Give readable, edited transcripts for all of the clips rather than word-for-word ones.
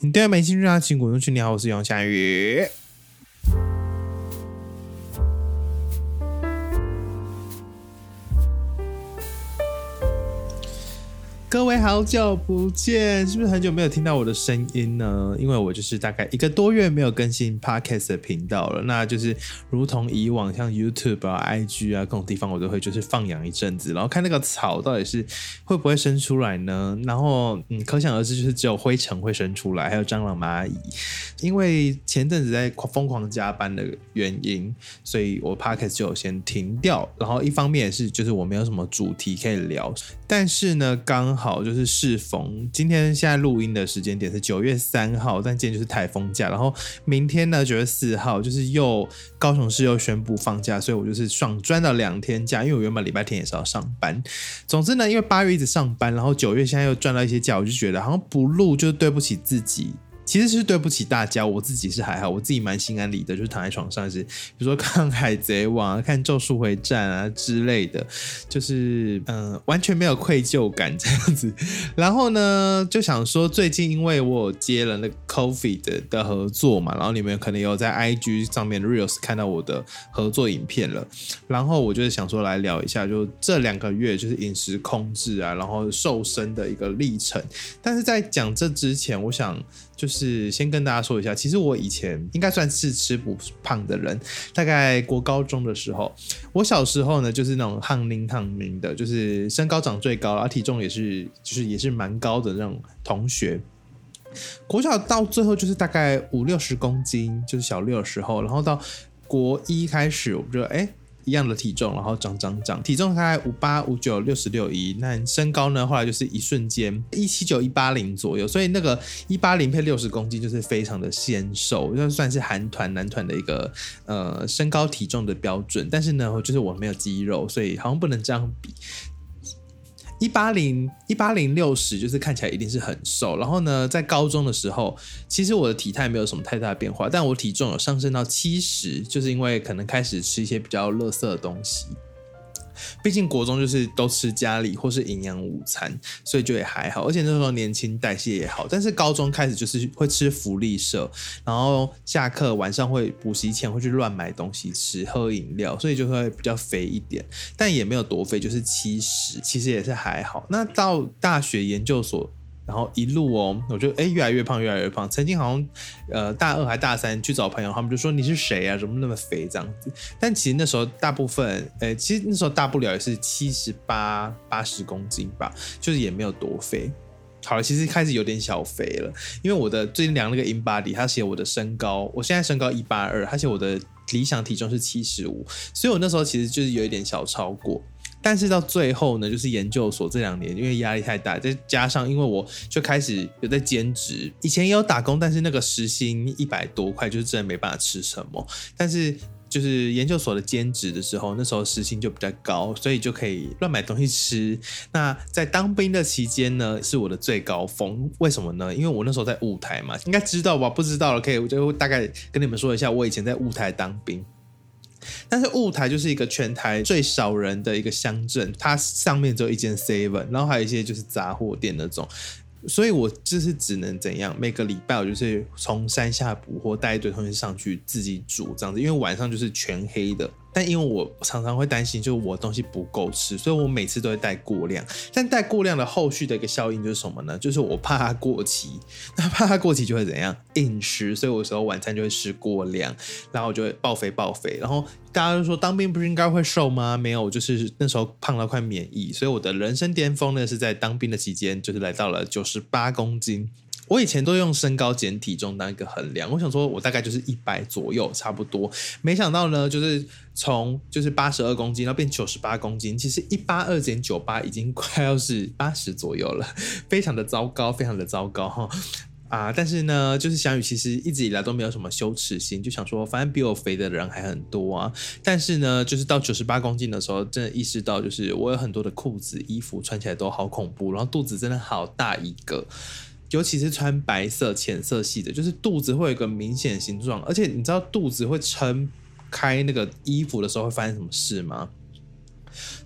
你对没兴趣的请滚出去。你好，我是杨夏雨。各位好久不见，是不是很久没有听到我的声音呢？因为我就是大概1个多月没有更新 Podcast 的频道了，那就是如同以往像 YouTube 啊 IG 啊各种地方我都会就是放养一阵子，然后看那个草到底是会不会生出来呢？然后可想而知就是只有灰尘会生出来，还有蟑螂蚂蚁。因为前阵子在疯狂加班的原因，所以我 Podcast 就有先停掉，然后一方面也是就是我没有什么主题可以聊，但是呢刚好就是适逢今天现在录音的时间点是9月3号，但今天就是台风假，然后明天呢9月4号就是高雄市又宣布放假，所以我就是爽赚到2天假，因为我原本礼拜天也是要上班。总之呢因为8月一直上班，然后9月现在又赚到一些假，我就觉得好像不录就是对不起自己，其实是对不起大家，我自己是还好，我自己蛮心安理得，就是躺在床上是比如说看海贼王看咒术回战啊之类的，就是完全没有愧疚感这样子。然后呢就想说最近因为我有接了那个 COVID 的合作嘛，然后你们可能有在 IG 上面的 Reels 看到我的合作影片了，然后我就是想说来聊一下就这2个月就是饮食控制啊然后瘦身的一个历程。但是在讲这之前我想就是先跟大家说一下，其实我以前应该算是吃不胖的人，大概国高中的时候，我小时候呢就是那种夯宁的，就是身高长最高，然后体重也是蛮高的那种同学。国小到最后就是大概50-60公斤，就是小6的时候，然后到国1开始我觉得一样的体重，然后长，体重大概58、59、60、61，那身高呢后来就是一瞬间179、180左右，所以那个180配60公斤就是非常的纤瘦，就算是韩团男团的一个身高体重的标准。但是呢就是我没有肌肉，所以好像不能这样比。180、60就是看起来一定是很瘦，然后呢在高中的时候其实我的体态没有什么太大的变化，但我体重有上升到70，就是因为可能开始吃一些比较垃圾的东西，毕竟国中就是都吃家里或是营养午餐，所以就也还好，而且那时候年轻代谢也好。但是高中开始就是会吃福利社，然后下课晚上会补习前会去乱买东西吃喝饮料，所以就会比较肥一点，但也没有多肥，就是70，其实也是还好。那到大学研究所然后一路我就越来越胖，曾经好像大2还大3去找朋友，他们就说你是谁啊，怎么那么肥这样子。但其实那时候大部分其实那时候大不了也是78、80公斤吧，就是也没有多肥。好了，其实开始有点小肥了，因为我的最近量那个 InBody 他写我的身高，我现在身高182，他写我的理想体重是75，所以我那时候其实就是有一点小超过。但是到最后呢就是研究所这2年因为压力太大，再加上因为我就开始有在兼职，以前也有打工，但是那个时薪100多块就是真的没办法吃什么。但是就是研究所的兼职的时候，那时候时薪就比较高，所以就可以乱买东西吃。那在当兵的期间呢是我的最高峰，为什么呢？因为我那时候在雾台嘛，应该知道吧？不知道了可以我就大概跟你们说一下，我以前在雾台当兵。但是雾台就是一个全台最少人的一个乡镇，它上面只有一间 7， 然后还有一些就是杂货店那种，所以我就是只能怎样，每个礼拜我就是从山下补货，带一堆东西上去自己煮这样子，因为晚上就是全黑的。但因为我常常会担心就是我东西不够吃，所以我每次都会带过量。但带过量的后续的一个效应就是什么呢？就是我怕它过期，那怕它过期就会怎样硬吃，所以我有时候晚餐就会吃过量，然后我就会爆肥。然后大家就说当兵不是应该会瘦吗？没有，就是那时候胖到快免疫，所以我的人生巅峰呢是在当兵的期间，就是来到了98公斤。我以前都用身高减体重当一个衡量，我想说我大概就是100左右差不多，没想到呢就是从就是82公斤然后变98公斤，其实182减98已经快要是80左右了，非常的糟糕但是呢就是翔宇其实一直以来都没有什么羞耻心，就想说反正比我肥的人还很多啊。但是呢就是到98公斤的时候真的意识到，就是我有很多的裤子衣服穿起来都好恐怖，然后肚子真的好大一个，尤其是穿白色浅色系的，就是肚子会有一个明显的形状，而且你知道肚子会撑开那个衣服的时候会发生什么事吗？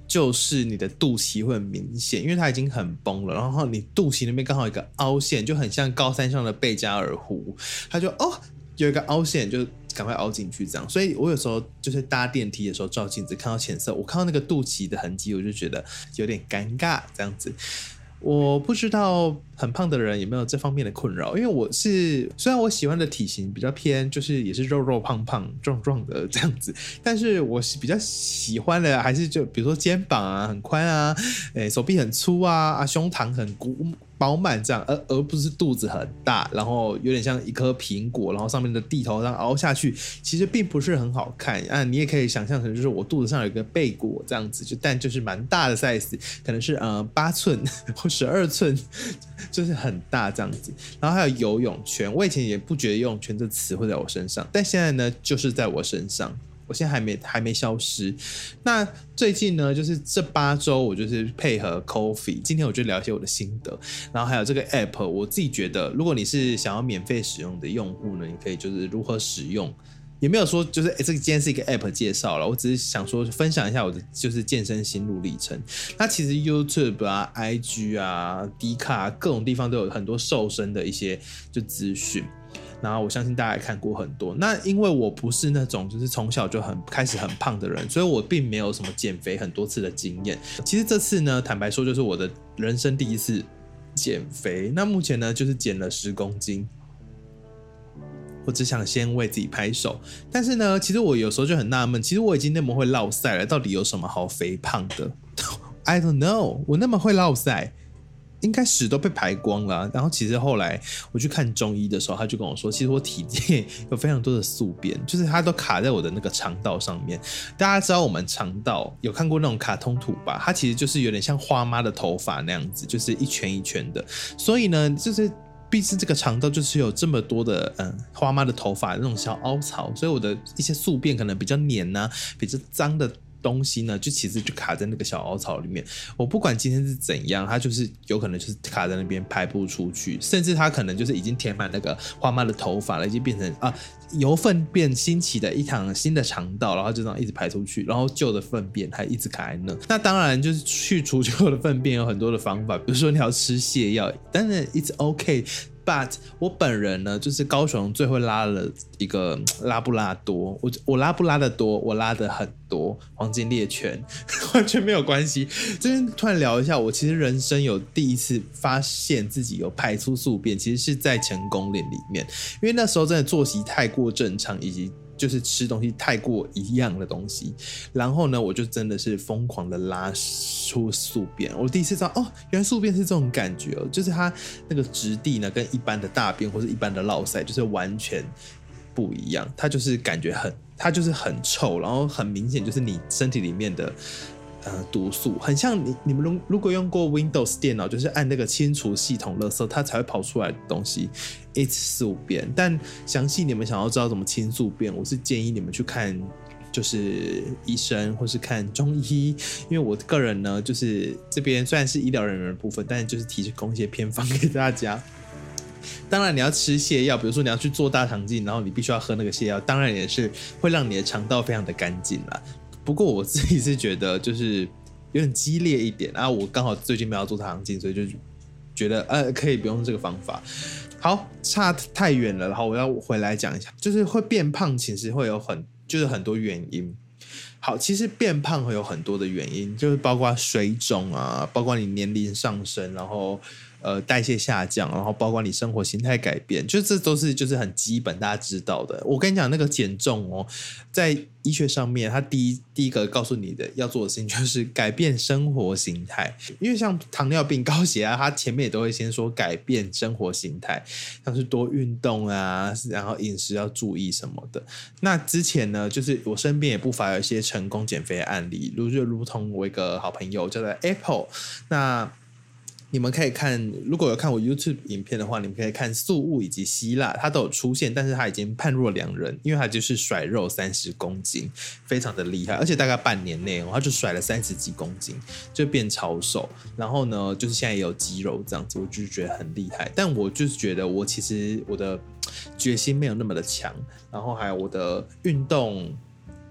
就是你的肚脐会很明显，因为它已经很崩了，然后你肚脐那边刚好有一个凹陷，就很像高山上的贝加尔湖，它就有一个凹陷，就赶快凹进去这样。所以我有时候就是搭电梯的时候照镜子看到浅色，我看到那个肚脐的痕迹，我就觉得有点尴尬这样子。我不知道很胖的人有没有这方面的困扰，因为虽然我喜欢的体型比较偏，就是也是肉肉胖胖壮壮的这样子，但是我比较喜欢的还是就比如说肩膀啊很宽啊，手臂很粗啊，胸膛很饱满这样，而不是肚子很大，然后有点像一颗苹果，然后上面的地头这样凹下去，其实并不是很好看啊。你也可以想象成就是我肚子上有一个贝果这样子，但就是蛮大的 size， 可能是8寸或12寸，就是很大这样子。然后还有游泳圈，我以前也不觉得游泳圈这词会在我身上，但现在呢就是在我身上。我现在还没消失。那最近呢，就是这8周我就是配合 Ko-fi， 今天我就聊一些我的心得，然后还有这个 app， 我自己觉得，如果你是想要免费使用的用户呢，你可以就是如何使用。也没有说就是这个今天是一个 app 介绍了，我只是想说分享一下我的就是健身心路历程。那其实 YouTube 啊、IG 啊、Dcard 啊各种地方都有很多瘦身的一些就资讯。然后我相信大家也看过很多。那因为我不是那种就是从小就开始很胖的人，所以我并没有什么减肥很多次的经验。其实这次呢，坦白说就是我的人生第一次减肥。那目前呢就是减了10公斤。我只想先为自己拍手，但是呢，其实我有时候就很纳闷，其实我已经那么会落晒了，到底有什么好肥胖的？I don't know， 我那么会落晒。应该屎都被排光了啊。然后其实后来我去看中医的时候，他就跟我说，其实我体内有非常多的宿便，就是它都卡在我的那个肠道上面。大家知道我们肠道有看过那种卡通图吧？它其实就是有点像花妈的头发那样子，就是一圈一圈的。所以呢，就是毕竟这个肠道就是有这么多的花妈的头发那种小凹槽，所以我的一些宿便可能比较黏啊，比较脏的东西呢，就其实就卡在那个小凹槽里面。我不管今天是怎样，它就是有可能就是卡在那边排不出去，甚至它可能就是已经填满那个花妈的头发了，已经变成由粪便兴起的一趟新的肠道，然后就这样一直排出去，然后旧的粪便还一直卡在那。那当然就是去除旧的粪便有很多的方法，比如说你要吃泻药，当然 it's okay。But 我本人呢，就是高雄最会拉的一个拉布拉多。我拉不拉的多，我拉的很多，黄金猎犬完全没有关系。这边突然聊一下，我其实人生有第一次发现自己有排出宿便，其实是在成功岭里面，因为那时候真的作息太过正常，以及就是吃东西太过一样的东西，然后呢，我就真的是疯狂的拉出宿便。我第一次知道原来宿便是这种感觉就是它那个质地呢，跟一般的大便或是一般的落塞就是完全不一样。它就是感觉它就是很臭，然后很明显就是你身体里面的毒素，很像你们如果用过 Windows 电脑，就是按那个清除系统垃圾，它才会跑出来的东西 ，it's 宿便。但详细你们想要知道怎么清宿便，我是建议你们去看就是医生或是看中医，因为我个人呢，就是这边虽然是医疗人员的部分，但就是提供一些偏方给大家。当然你要吃泻药，比如说你要去做大肠镜，然后你必须要喝那个泻药，当然也是会让你的肠道非常的干净啦。不过我自己是觉得就是有点激烈一点啊，我刚好最近没有做大肠镜，所以就觉得可以不用这个方法。好，差太远了，然后我要回来讲一下，就是会变胖其实会有很多原因。好，其实变胖会有很多的原因，就是包括水肿啊，包括你年龄上升，然后代谢下降，然后包括你生活形态改变，就这都是就是很基本大家知道的。我跟你讲，那个减重在医学上面，它第一个告诉你的要做的事情就是改变生活形态。因为像糖尿病、高血压，它前面也都会先说改变生活形态，像是多运动啊，然后饮食要注意什么的。那之前呢，就是我身边也不乏有一些成功减肥的案例，如同我一个好朋友叫做 Apple， 那你们可以看，如果有看我 YouTube 影片的话，你们可以看素物以及希腊，他都有出现，但是他已经判若两人，因为他就是甩肉30公斤，非常的厉害，而且大概半年内他就甩了30几公斤，就变超瘦。然后呢，就是现在也有肌肉这样子，我就觉得很厉害。但我就是觉得我其实我的决心没有那么的强，然后还有我的运动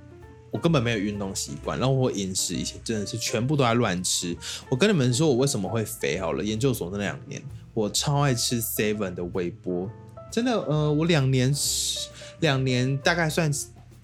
我根本没有运动习惯，然后我饮食以前真的是全部都在乱吃。我跟你们说我为什么会肥好了，研究所那2年我超爱吃 Seven 的微波，真的我2年大概算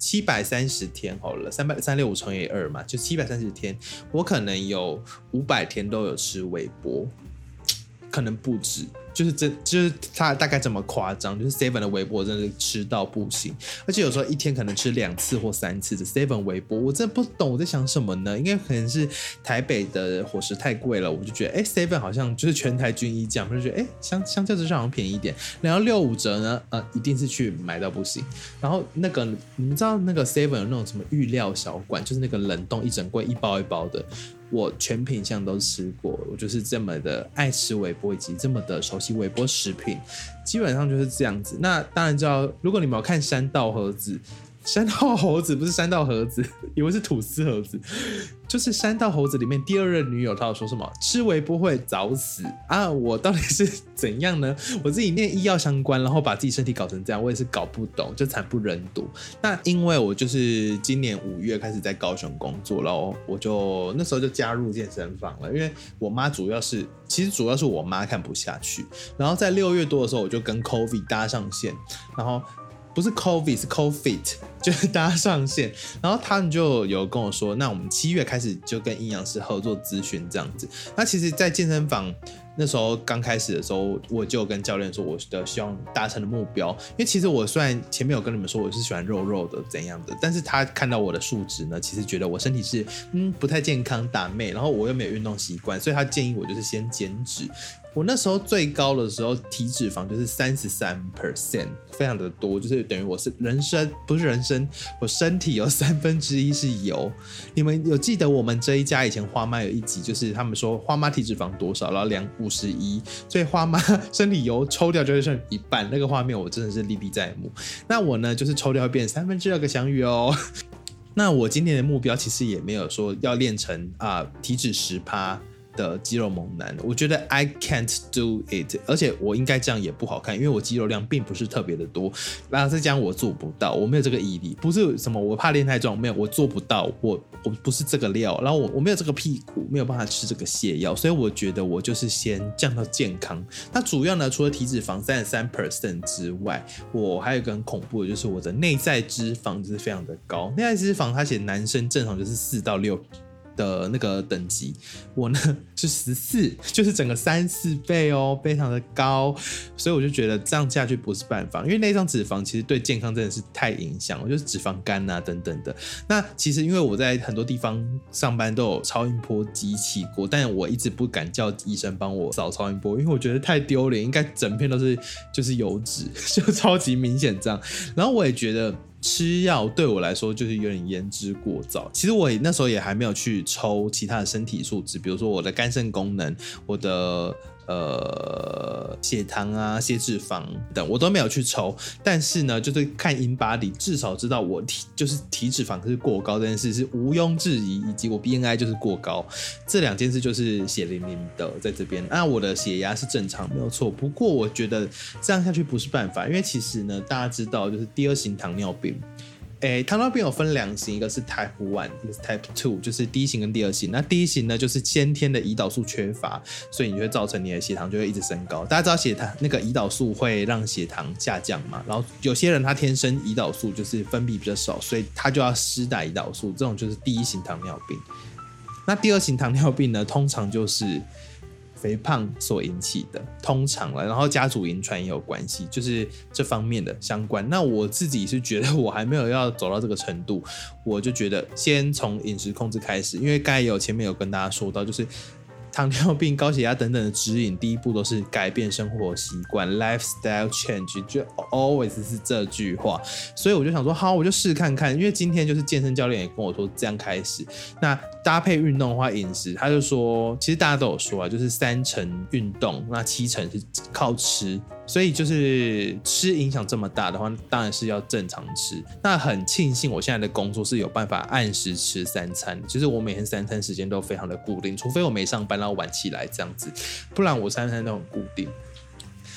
730天好了，365乘以2嘛，就730天，我可能有500天都有吃微波，可能不止。就是它大概这么夸张，就是 Seven 的微波真的是吃到不行，而且有时候一天可能吃2次或3次的 Seven 微波，我真的不懂我在想什么呢？应该可能是台北的伙食太贵了，我就觉得Seven 好像就是全台均一价，我就觉得相较之下好像便宜一点，然后65折呢，一定是去买到不行。然后那个你们知道那个 Seven 有那种什么预料小馆，就是那个冷冻一整柜一包一包的。我全品项都吃过，我就是这么的爱吃微波，以及这么的熟悉微波食品，基本上就是这样子。那当然知道，如果你们有看山道猴子，山道猴子不是山道盒子，以为是吐司盒子，就是山道猴子里面第2任女友，她有说什么吃微波会早死啊？我到底是怎样呢？我自己念医药相关，然后把自己身体搞成这样，我也是搞不懂，就惨不忍睹。那因为我就是今年5月开始在高雄工作，然后我就那时候就加入健身房了，因为我妈其实主要是我妈看不下去，然后在6月多的时候我就跟 COVID 搭上线，然后不是 COVID 是 CoFit， 就是搭上线，然后他们就有跟我说，那我们7月开始就跟营养师合作咨询这样子。那其实在健身房那时候刚开始的时候，我就跟教练说我的希望达成的目标，因为其实我虽然前面有跟你们说我是喜欢肉肉的怎样的，但是他看到我的数值呢，其实觉得我身体是不太健康打妹，然后我又没有运动习惯，所以他建议我就是先减脂。我那时候最高的时候体脂肪就是33%，非常的多，就是等于我是我身体有1/3是油。你们有记得我们这一家以前花妈有一集，就是他们说花妈体脂肪多少，然后量51，所以花妈身体油抽掉就会剩一半，那个画面我真的是历历在目。那我呢就是抽掉会变2/3个翔宇哦。那我今年的目标其实也没有说要练成体脂10%的肌肉猛男，我觉得 I can't do it， 而且我应该这样也不好看，因为我肌肉量并不是特别的多，然后再加上我做不到，我没有这个毅力，不是什么我怕练太重，没有，我做不到，我不是这个料，然后我没有这个屁股，没有办法吃这个泻药，所以我觉得我就是先降到健康。那主要呢，除了体脂肪33% 之外，我还有一个很恐怖的，就是我的内在脂肪就是非常的高，内在脂肪它写男生正常就是4到6的那个等级，我呢是14，就是整个3-4倍哦，非常的高，所以我就觉得这样下去不是办法，因为内脏脂肪其实对健康真的是太影响了，就是脂肪肝啊等等的。那其实因为我在很多地方上班都有超音波机器过，但我一直不敢叫医生帮我扫超音波，因为我觉得太丢脸，应该整片都是就是油脂，就超级明显这样。然后我也觉得吃药对我来说就是有点言之过早。其实我那时候也还没有去抽其他的身体数值，比如说我的肝肾功能、我的血糖啊、血脂肪等，我都没有去抽。但是呢，就是看 InBody， 至少知道我就是体脂肪是过高这件事是毋庸置疑，以及我 BMI 就是过高，这2件事就是血淋淋的在这边。那我的血压是正常，没有错。不过我觉得这样下去不是办法，因为其实呢，大家知道就是第2型糖尿病。糖尿病有分2型，一个是 Type 1， 一个是 Type 2， 就是第1型跟第2型。那第1型呢，就是先天的胰岛素缺乏，所以你就会造成你的血糖就会一直升高。大家知道血糖那个胰岛素会让血糖下降嘛？然后有些人他天生胰岛素就是分泌比较少，所以他就要施打胰岛素，这种就是第1型糖尿病。那第2型糖尿病呢，通常就是肥胖所引起的，通常了，然后家族遗传也有关系，就是这方面的相关。那我自己是觉得我还没有要走到这个程度，我就觉得先从饮食控制开始，因为刚才前面有跟大家说到，就是糖尿病、高血压等等的指引，第一步都是改变生活习惯 ，lifestyle change， 就 always 是这句话。所以我就想说，好，我就试看看。因为今天就是健身教练也跟我说这样开始，那搭配运动的话，饮食他就说，其实大家都有说啊，就是30%运动，那70%是靠吃。所以就是吃影响这么大的话，当然是要正常吃。那很庆幸我现在的工作是有办法按时吃3餐，就是我每天3餐时间都非常的固定，除非我没上班然后晚起来这样子，不然我3餐都很固定。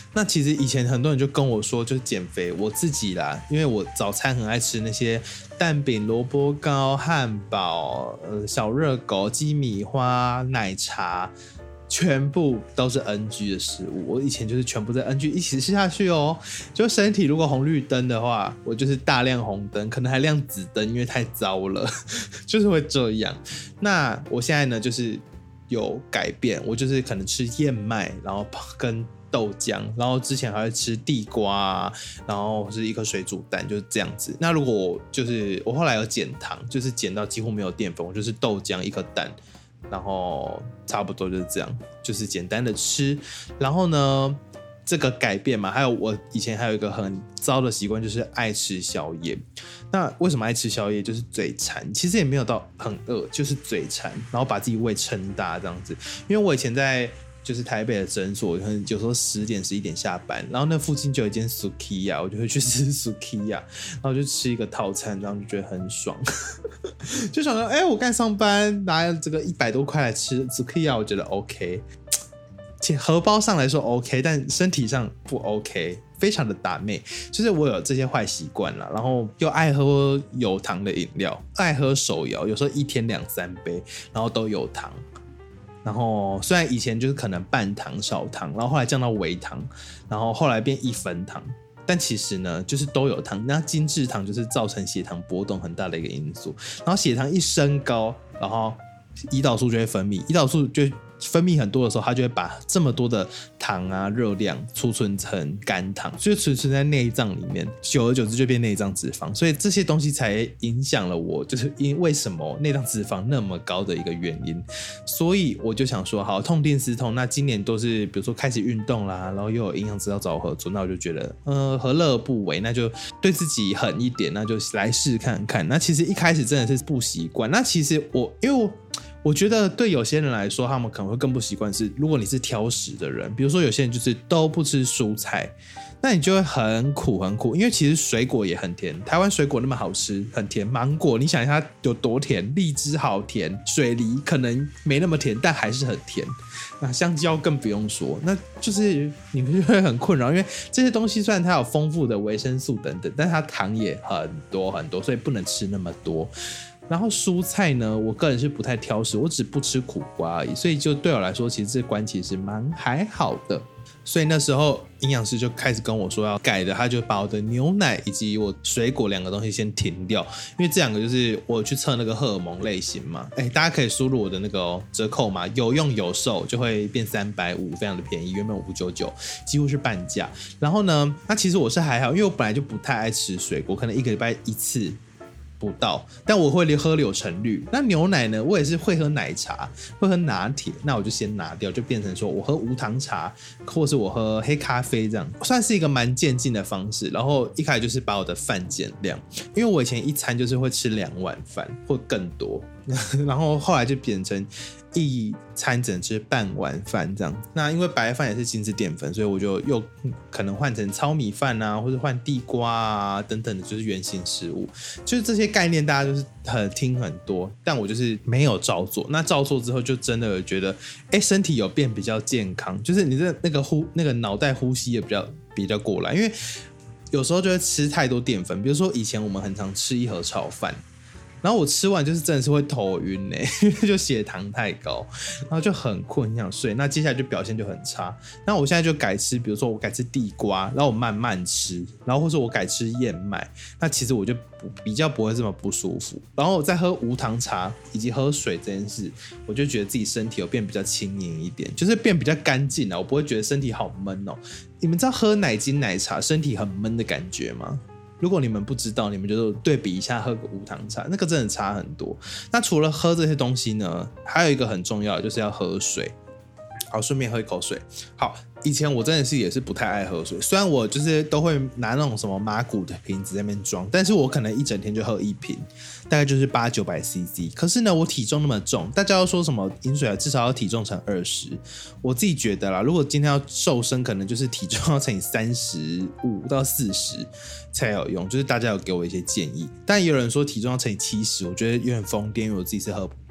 那其实以前很多人就跟我说，就是减肥，我自己啦，因为我早餐很爱吃那些蛋饼、萝卜糕、汉堡、小热狗、鸡米花、奶茶，全部都是 NG 的食物。我以前就是全部在 NG 一起吃下去哦。就身体如果红绿灯的话，我就是大亮红灯，可能还亮紫灯，因为太糟了，就是会这样。那我现在呢，就是有改变，我就是可能吃燕麦，然后跟豆浆，然后之前还会吃地瓜，然后是一颗水煮蛋，就是这样子。那如果就是我后来有减糖，就是减到几乎没有淀粉，我就是豆浆一颗蛋，然后差不多就是这样，就是简单的吃。然后呢，这个改变嘛，还有我以前还有一个很糟的习惯，就是爱吃宵夜。那为什么爱吃宵夜？就是嘴馋，其实也没有到很饿，就是嘴馋，然后把自己胃撑大这样子。因为我以前在就是台北的诊所，可能有时候10点11点下班，然后那附近就有一间 Sukiya， 我就会去吃 Sukiya， 然后就吃一个套餐，然后就觉得很爽，就想说，我刚上班拿这个100多块来吃 Sukiya， 我觉得 OK， 且荷包上来说 OK， 但身体上不 OK， 非常的打妹。就是我有这些坏习惯啦，然后又爱喝有糖的饮料，爱喝手摇，有时候一天2-3杯，然后都有糖。然后虽然以前就是可能半糖少糖，然后后来降到微糖，然后后来变1分糖，但其实呢就是都有糖。那精制糖就是造成血糖波动很大的一个因素，然后血糖一升高，然后胰岛素就会分泌，胰岛素就分泌很多的时候，它就会把这么多的糖啊热量储存成肝糖，所以储存在内脏里面，久而久之就变内脏脂肪，所以这些东西才影响了我，就是为什么内脏脂肪那么高的一个原因。所以我就想说，好，痛定思痛，那今年都是比如说开始运动啦，然后又有营养师要找我合作，那我就觉得何乐而不为，那就对自己狠一点，那就来试看看。那其实一开始真的是不习惯，那其实因为我觉得对有些人来说，他们可能会更不习惯是，如果你是挑食的人，比如说有些人就是都不吃蔬菜，那你就会很苦很苦，因为其实水果也很甜，台湾水果那么好吃，很甜，芒果你想一下有多甜，荔枝好甜，水梨可能没那么甜，但还是很甜，那香蕉更不用说，那就是你们就会很困扰，因为这些东西虽然它有丰富的维生素等等，但它糖也很多很多，所以不能吃那么多。然后蔬菜呢，我个人是不太挑食，我只不吃苦瓜而已，所以就对我来说，其实这关其实蛮还好的。所以那时候营养师就开始跟我说要改的，他就把我的牛奶以及我水果2个东西先停掉，因为这2个就是我去测那个荷尔蒙类型嘛。大家可以输入我的那个折扣码，有用有售就会变350，非常的便宜，原本599，几乎是半价。然后呢，那其实我是还好，因为我本来就不太爱吃水果，可能1个礼拜1次。不到，但我会喝柳橙绿。那牛奶呢？我也是会喝奶茶，会喝拿铁，那我就先拿掉，就变成说我喝无糖茶，或是我喝黑咖啡，这样算是一个蛮渐进的方式。然后一开始就是把我的饭减量，因为我以前一餐就是会吃2碗饭或更多，然后后来就变成一餐只能吃半碗饭这样。那因为白饭也是精致淀粉，所以我就又可能换成糙米饭啊，或者换地瓜啊等等的，就是原型食物。就是这些概念大家就是听很多，但我就是没有照做。那照做之后，就真的有觉得，身体有变比较健康，就是你的那个脑袋呼吸也比较过来，因为有时候就会吃太多淀粉，比如说以前我们很常吃1盒炒饭。然后我吃完就是真的是会头晕因为就血糖太高，然后就很困，很想睡。那接下来就表现就很差。那我现在就改吃，比如说我改吃地瓜，然后我慢慢吃，然后或者我改吃燕麦。那其实我就比较不会这么不舒服。然后我再喝无糖茶以及喝水这件事，我就觉得自己身体有变比较轻盈一点，就是变比较干净了。我不会觉得身体好闷哦。你们知道喝奶精奶茶身体很闷的感觉吗？如果你们不知道，你们就对比一下喝个无糖茶，那个真的差很多。那除了喝这些东西呢，还有一个很重要的就是要喝水。好，顺便喝一口水。好，以前我真的是也是不太爱喝水，虽然我就是都会拿那种什么马古的瓶子在那边装，但是我可能一整天就喝1瓶，大概就是800-900 CC。可是呢，我体重那么重，大家要说什么饮水至少要体重乘20，我自己觉得啦，如果今天要瘦身，可能就是体重要乘以35到40才有用，就是大家有给我一些建议。但也有人说体重要乘以70，我觉得有点疯癫，因为我自己是喝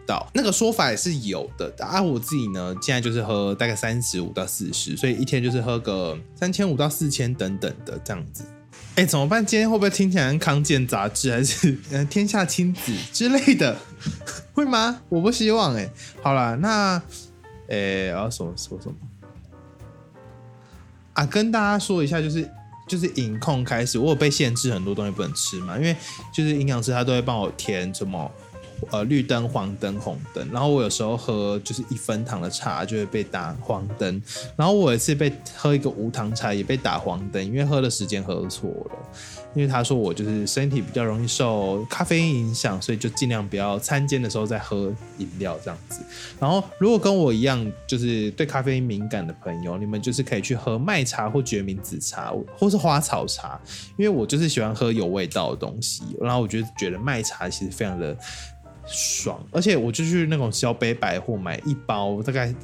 到，那个说法也是有的啊。我自己呢，现在就是喝大概35到40，所以一天就是喝个3500到4000等等的这样子。怎么办？今天会不会听起来像康健杂志还是天下亲子之类的？会吗？我不希望好啦，那我要说什么啊？跟大家说一下，就是饮控开始，我有被限制很多东西不能吃嘛，因为就是营养师他都会帮我填什么绿灯、黄灯、红灯，然后我有时候喝就是1分糖的茶就会被打黄灯，然后我有一次喝一个无糖茶也被打黄灯，因为喝的时间喝错了，因为他说我就是身体比较容易受咖啡因影响，所以就尽量不要餐间的时候再喝饮料这样子。然后如果跟我一样就是对咖啡因敏感的朋友，你们就是可以去喝麦茶或决明子茶或是花草茶，因为我就是喜欢喝有味道的东西，然后我觉得麦茶其实非常的爽，而且我就去那种小北百货买一包大概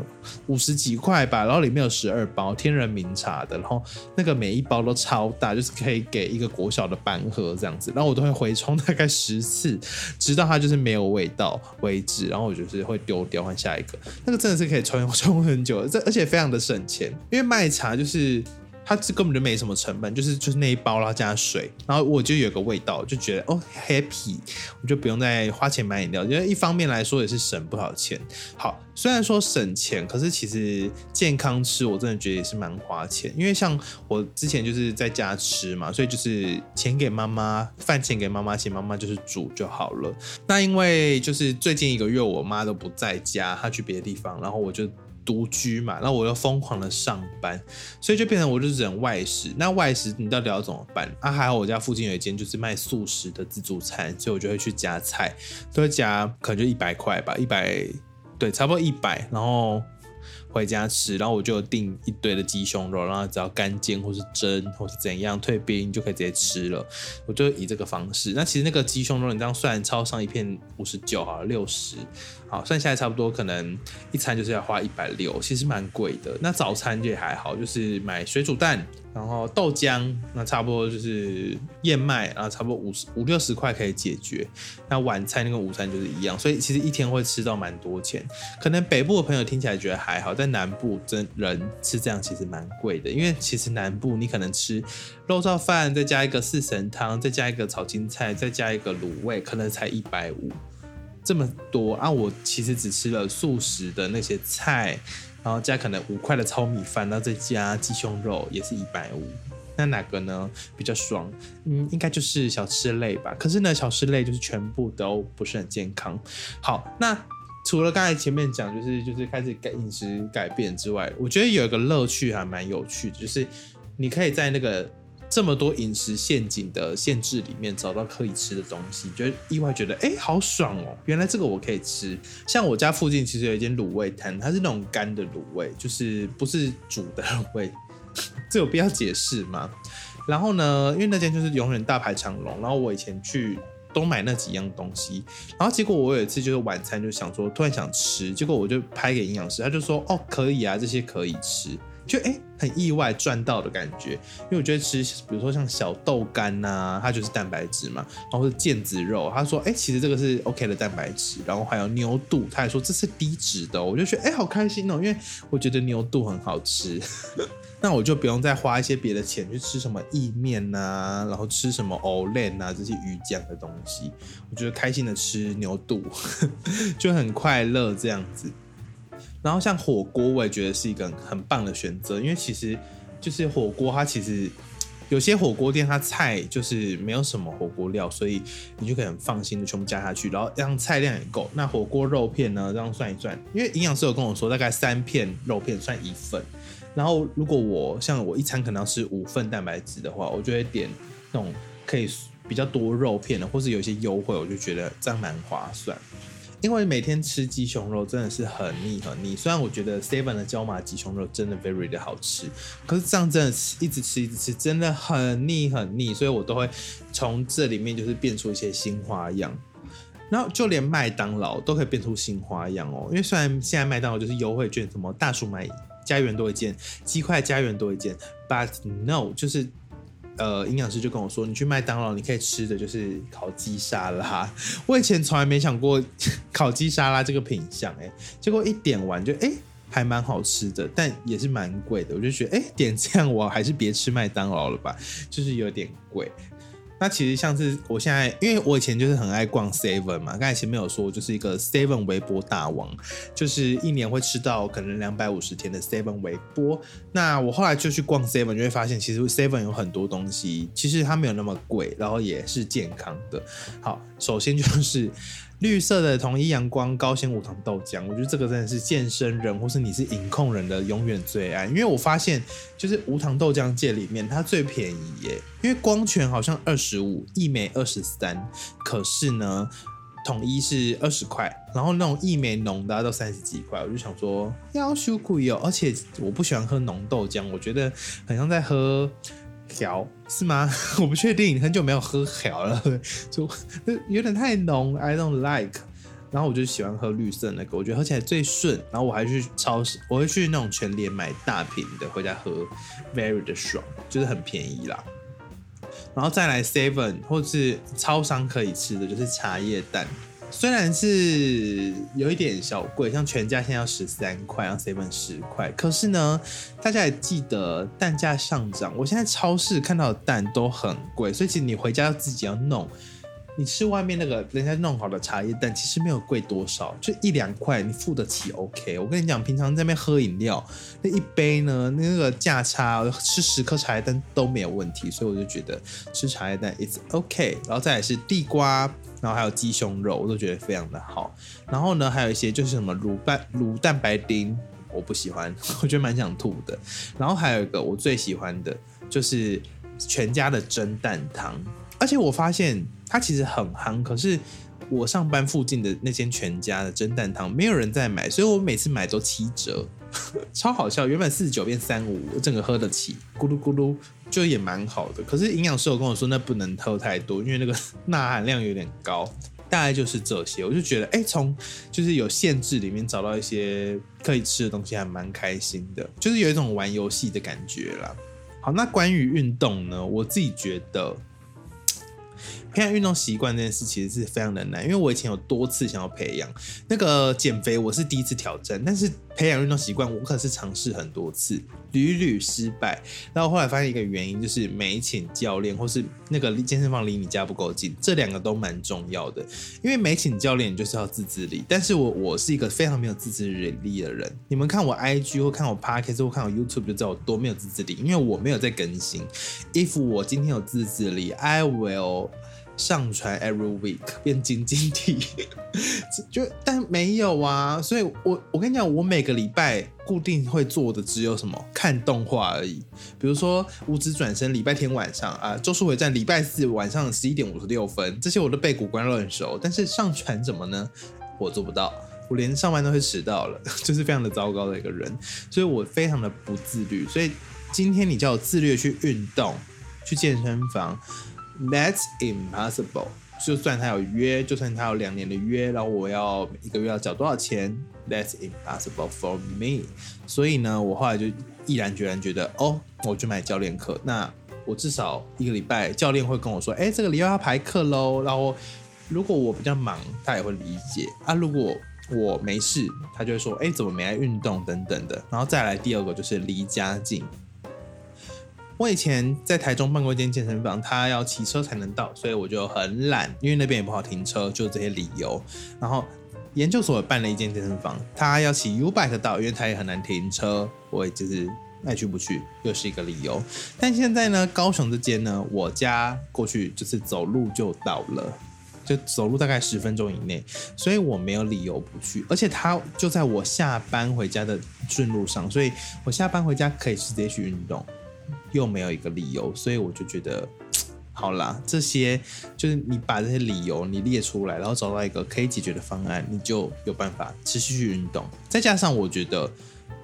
50几块吧，然后里面有12包天人茗茶的，然后那个每一包都超大，就是可以给一个国小的班喝这样子，然后我都会回冲大概10次，直到它就是没有味道为止，然后我就是会丢掉换下一个，那个真的是可以冲很久，而且非常的省钱，因为麦茶就是它根本就没什么成本，就是那一包然后加水，然后我就有个味道，就觉得happy， 我就不用再花钱买饮料，因为一方面来说也是省不少钱。好，虽然说省钱，可是其实健康吃我真的觉得也是蛮花钱，因为像我之前就是在家吃嘛，所以就是钱给妈妈，饭钱给妈妈，请妈妈就是煮就好了。那因为就是最近1个月我妈都不在家，她去别的地方，然后我就独居嘛，然后我又疯狂的上班，所以就变成我就只能外食。那外食你到底要怎么办啊？还好我家附近有一间就是卖素食的自助餐，所以我就会去夹菜，都会夹可能就100块吧，100，对，差不多100，然后回家吃，然后我就有订一堆的鸡胸肉，然后只要干煎或是蒸或是怎样退冰就可以直接吃了，我就以这个方式。那其实那个鸡胸肉你这样算，超商一片59好了60，好算下来差不多可能一餐就是要花160，其实蛮贵的。那早餐也还好，就是买水煮蛋，然后豆浆，那差不多就是燕麦，然后差不多50-60块可以解决。那晚餐那个午餐就是一样，所以其实一天会吃到蛮多钱。可能北部的朋友听起来觉得还好，但南部人吃这样其实蛮贵的，因为其实南部你可能吃肉燥饭，再加一个4神汤，再加一个炒青菜，再加一个卤味，可能才150。这么多啊！我其实只吃了素食的那些菜，然后加可能5块的糙米饭，然后再加鸡胸肉，也是150。那哪个呢比较爽？应该就是小吃类吧。可是呢，小吃类就是全部都不是很健康。好，那除了刚才前面讲，就是开始饮食改变之外，我觉得有一个乐趣还蛮有趣的，就是你可以在那个这么多饮食陷阱的限制里面找到可以吃的东西，就意外觉得好爽哦！原来这个我可以吃。像我家附近其实有一间卤味摊，它是那种干的卤味，就是不是煮的卤味，这有必要解释吗？然后呢，因为那间就是永远大排长龙，然后我以前去都买那几样东西，然后结果我有一次就是晚餐就想说突然想吃，结果我就拍给营养师，他就说可以啊，这些可以吃。就很意外赚到的感觉，因为我觉得吃比如说像小豆干啊，它就是蛋白质嘛，然后是腱子肉，他说其实这个是 OK 的蛋白质，然后还有牛肚，他还说这是低脂的我就觉得好开心哦，因为我觉得牛肚很好吃那我就不用再花一些别的钱去吃什么意面啊，然后吃什么藕链啊这些鱼酱的东西，我觉得开心的吃牛肚就很快乐这样子。然后像火锅我也觉得是一个很棒的选择，因为其实就是火锅它其实有些火锅店它菜就是没有什么火锅料，所以你就可以很放心的全部加下去，然后让菜量也够。那火锅肉片呢，这样算一算，因为营养师有跟我说大概3片肉片算1份，然后如果我一餐可能要吃5份蛋白质的话，我就会点那种可以比较多肉片的，或是有一些优惠，我就觉得这样蛮划算。因为每天吃鸡胸肉真的是很腻很腻，虽然我觉得 Seven 的椒麻鸡胸肉真的 very 的好吃，可是这样真的一直吃真的很腻很腻，所以我都会从这里面就是变出一些新花样。然后就连麦当劳都可以变出新花样哦，因为虽然现在麦当劳就是优惠券，什么大薯买家园多一件，鸡块家园多一件 ，but no 就是营养师就跟我说，你去麦当劳你可以吃的就是烤鸡沙拉。我以前从来没想过烤鸡沙拉这个品项，结果一点完就还蛮好吃的，但也是蛮贵的。我就觉得点这样我还是别吃麦当劳了吧，就是有点贵。那其实像是我现在，因为我以前就是很爱逛 Seven 嘛，刚才前面有说，我就是一个 Seven 微波大王，就是一年会吃到可能250天的 Seven 微波。那我后来就去逛 Seven， 就会发现其实 Seven 有很多东西，其实它没有那么贵，然后也是健康的。好，首先就是绿色的统一阳光高纤无糖豆浆，我觉得这个真的是健身人或是你是饮控人的永远最爱，因为我发现就是无糖豆浆界里面它最便宜耶，因为光泉好像25，益美23，可是呢统一是20块，然后那种益美浓的都30几块，我就想说要羞贵哦，而且我不喜欢喝浓豆浆，我觉得很像在喝调是吗？我不确定，很久没有喝调了，就有点太浓 ，I don't like。然后我就喜欢喝绿色那个，我觉得喝起来最顺。然后我还去超市，我会去那种全联买大瓶的回家喝 ，very 的爽，就是很便宜啦。然后再来 Seven 或是超商可以吃的就是茶叶蛋。虽然是有一点小贵，像全家现在要13块，像 Seven 10块，可是呢，大家也记得蛋价上涨。我现在超市看到的蛋都很贵，所以其实你回家自己要弄。你吃外面那个人家弄好的茶叶蛋，其实没有贵多少，就1-2块，你付得起 OK。我跟你讲，平常在那边喝饮料，那一杯呢，那个价差，吃10颗茶叶蛋都没有问题，所以我就觉得吃茶叶蛋 it's OK。然后再来是地瓜，然后还有鸡胸肉，我都觉得非常的好。然后呢，还有一些就是什么乳蛋白丁，我不喜欢，我觉得蛮想吐的。然后还有一个我最喜欢的就是全家的蒸蛋汤，而且我发现它其实很夯，可是我上班附近的那间全家的蒸蛋汤没有人在买，所以我每次买都7折，超好笑。原本49变35，我整个喝得起，咕噜咕噜，就也蛮好的。可是营养师有跟我说那不能喝太多，因为那个钠含量有点高。大概就是这些，我就觉得从就是有限制里面找到一些可以吃的东西，还蛮开心的，就是有一种玩游戏的感觉啦。好，那关于运动呢，我自己觉得培养运动习惯这件事其实是非常的难，因为我以前有多次想要培养那个减肥，我是第一次挑战，但是培养运动习惯我可是尝试很多次，屡屡失败。然后后来发现一个原因就是没请教练，或是那个健身房离你家不够近，这2个都蛮重要的。因为没请教练，你就是要自制力，但是我是一个非常没有自制力的人。你们看我 IG 或看我 Podcast 或看我 YouTube 就知道我多没有自制力，因为我没有在更新。If 我今天有自制力 ，I will上传 every week 变晶晶体但没有啊，所以我跟你讲，我每个礼拜固定会做的只有什么看动画而已，比如说五指转身礼拜天晚上啊，咒术回战礼拜4晚上11点56分，这些我都背古关乱熟，但是上传怎么呢？我做不到，我连上班都会迟到了，就是非常的糟糕的一个人，所以我非常的不自律。所以今天你叫我自律去运动，去健身房，That's impossible。就算他有约，就算他有2年的约，然后我要1个月要缴多少钱 ，That's impossible for me。所以呢，我后来就毅然决然觉得，我去买教练课。那我至少1个礼拜，教练会跟我说，这个礼拜要排课咯。然后如果我比较忙，他也会理解啊。如果我没事，他就会说，怎么没来运动等等的。然后再来第2个就是离家近。我以前在台中办过一间健身房，他要骑车才能到，所以我就很懒，因为那边也不好停车，就这些理由。然后研究所也办了一间健身房，他要骑 U-Bike 到，因为他也很难停车，我也就是爱去不去，又是一个理由。但现在呢，高雄这间呢，我家过去就是走路就到了，就走路大概10分钟以内，所以我没有理由不去。而且他就在我下班回家的顺路上，所以我下班回家可以直接去运动。又没有一个理由，所以我就觉得好啦，这些就是你把这些理由你列出来，然后找到一个可以解决的方案，你就有办法持续去运动。再加上我觉得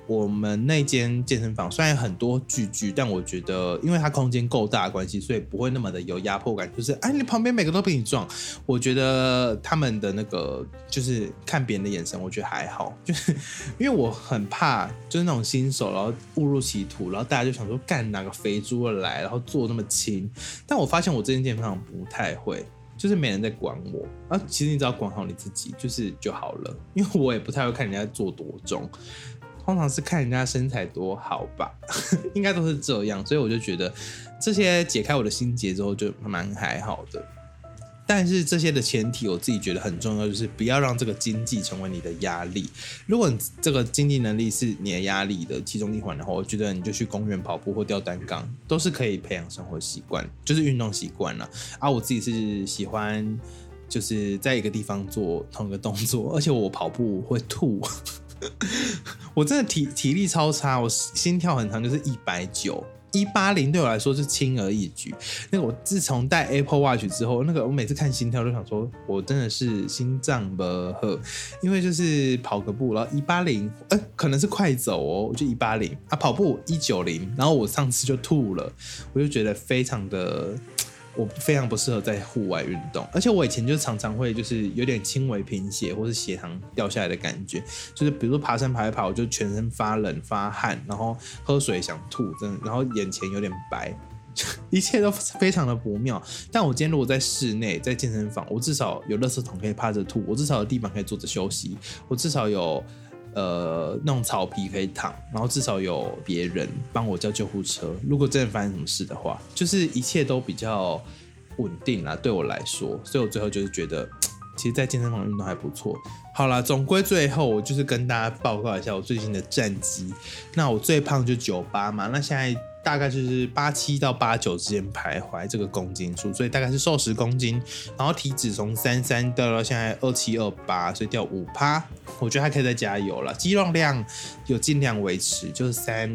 我们那间健身房虽然很多巨巨，但我觉得因为它空间够大的关系，所以不会那么的有压迫感。就是你旁边每个都比你壮，我觉得他们的那个就是看别人的眼神，我觉得还好。就是因为我很怕，就是那种新手，然后误入歧途，然后大家就想说干哪个肥猪来，然后做那么轻。但我发现我这间健身房不太会。就是没人在管我啊，其实你只要管好你自己就好了，因为我也不太会看人家做多重，通常是看人家身材多好吧，应该都是这样，所以我就觉得这些解开我的心结之后就蛮还好的。但是这些的前提，我自己觉得很重要，就是不要让这个经济成为你的压力。如果你这个经济能力是你的压力的其中一环的话，我觉得你就去公园跑步或吊单杠，都是可以培养生活习惯，就是运动习惯啦。我自己是喜欢就是在一个地方做同一个动作，而且我跑步会吐。我真的体力超差，我心跳很长，就是190。180对我来说是轻而易举。那个我自从戴 Apple Watch 之后，那个我每次看心跳都想说，我真的是心脏不好，因为就是跑个步，然后180，可能是快走哦，我就180跑步190，然后我上次就吐了，我就觉得我非常不适合在户外运动，而且我以前就常常会就是有点轻微贫血或是血糖掉下来的感觉，就是比如说爬山爬一爬，我就全身发冷发汗，然后喝水想吐，真的，然后眼前有点白，一切都非常的不妙。但我今天如果在室内，在健身房，我至少有垃圾桶可以趴着吐，我至少有地板可以坐着休息，我至少有那种草皮可以躺，然后至少有别人帮我叫救护车，如果真的发生什么事的话，就是一切都比较稳定啦，对我来说，所以我最后就是觉得其实在健身房运动还不错。好啦，总归最后我就是跟大家报告一下我最近的战绩。那我最胖就98嘛，那现在大概就是87到89之间徘徊这个公斤数，所以大概是瘦10公斤，然后体脂从33掉到现在27、28，所以掉5%，我觉得还可以再加油啦。肌肉量有尽量维持，就是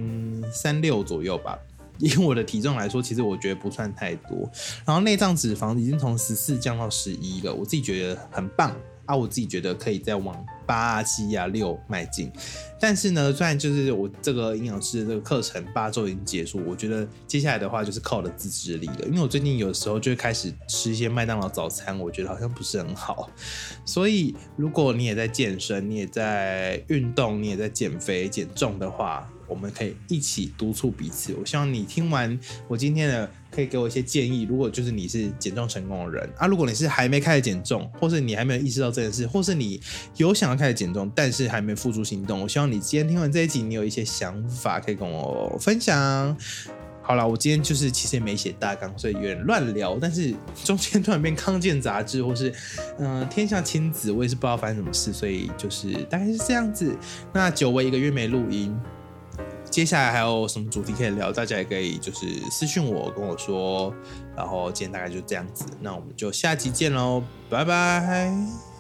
36左右吧。以我的体重来说，其实我觉得不算太多。然后内脏脂肪已经从14降到11了，我自己觉得很棒我自己觉得可以再往8、7、6迈进。但是呢，虽然就是我这个营养师的这个课程8周已经结束，我觉得接下来的话就是靠我的自制力了。因为我最近有时候就会开始吃一些麦当劳早餐，我觉得好像不是很好。所以如果你也在健身，你也在运动，你也在减肥减重的话，我们可以一起督促彼此。我希望你听完我今天的可以给我一些建议，如果就是你是减重成功的人如果你是还没开始减重，或是你还没有意识到这件事，或是你有想要开始减重但是还没付诸行动，我希望你今天听完这一集你有一些想法可以跟我分享。好啦，我今天就是其实也没写大纲，所以有点乱聊，但是中间突然变康健杂志或是天下亲子，我也是不知道发生什么事，所以就是大概是这样子。那久违1个月没录音，接下来还有什么主题可以聊，大家也可以就是私讯我跟我说，然后今天大概就这样子，那我们就下集见咯，拜拜。